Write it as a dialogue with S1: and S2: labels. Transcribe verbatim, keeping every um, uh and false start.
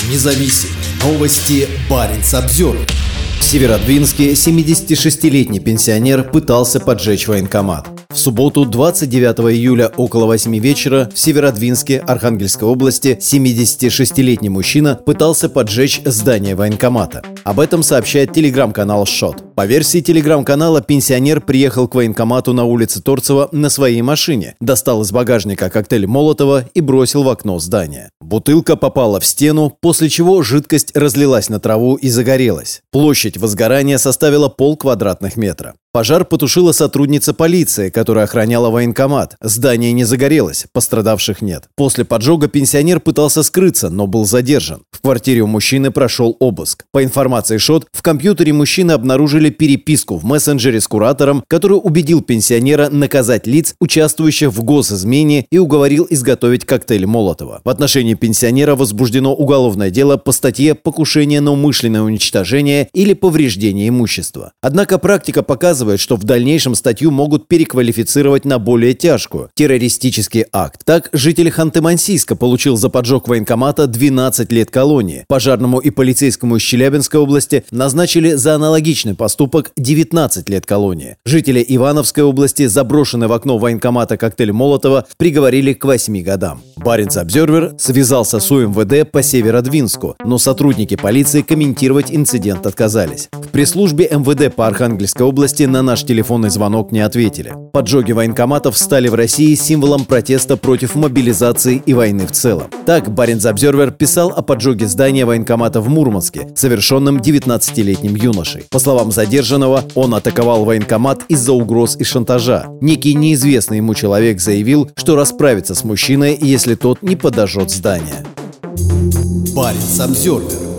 S1: Независимые новости. Баренц-Обзервер.
S2: В Северодвинске семидесятишестилетний пенсионер пытался поджечь военкомат. В субботу, двадцать девятого июля, около восьми вечера, в Северодвинске Архангельской области семидесятишестилетний мужчина пытался поджечь здание военкомата. Об этом сообщает телеграм-канал «Шот». По версии телеграм-канала, пенсионер приехал к военкомату на улице Торцева на своей машине, достал из багажника коктейль Молотова и бросил в окно здания. Бутылка попала в стену, после чего жидкость разлилась на траву и загорелась. Площадь возгорания составила полквадратных метра. Пожар потушила сотрудница полиции, которая охраняла военкомат. Здание не загорелось, пострадавших нет. После поджога пенсионер пытался скрыться, но был задержан. В квартире у мужчины прошел обыск. По информации ШОТ, в компьютере мужчины обнаружили переписку в мессенджере с куратором, который убедил пенсионера наказать лиц, участвующих в госизмене, и уговорил изготовить коктейль Молотова. В отношении пенсионера возбуждено уголовное дело по статье «Покушение на умышленное уничтожение или повреждение имущества». Однако практика показывает, что в дальнейшем статью могут переквалифицировать на более тяжкую – террористический акт. Так, житель Ханты-Мансийска получил за поджог военкомата двенадцать лет колонии. Пожарному и полицейскому из Челябинской области назначили за аналогичный поступок девятнадцать лет колонии. Жители Ивановской области за брошенный в окно военкомата коктейль Молотова приговорили к восьми годам. Баренц-Обзервер связался с УМВД по Северодвинску, но сотрудники полиции комментировать инцидент отказались. В пресс-службе МВД по Архангельской области на наш телефонный звонок не ответили. Поджоги военкоматов стали в России символом протеста против мобилизации и войны в целом. Так, Баренц-Обзервер писал о поджоге здания военкомата в Мурманске, совершенном девятнадцатилетним юношей. По словам задержанного, он атаковал военкомат из-за угроз и шантажа. Некий неизвестный ему человек заявил, что расправится с мужчиной, если тот не подожжет здание.
S1: Баренц-Обзервер.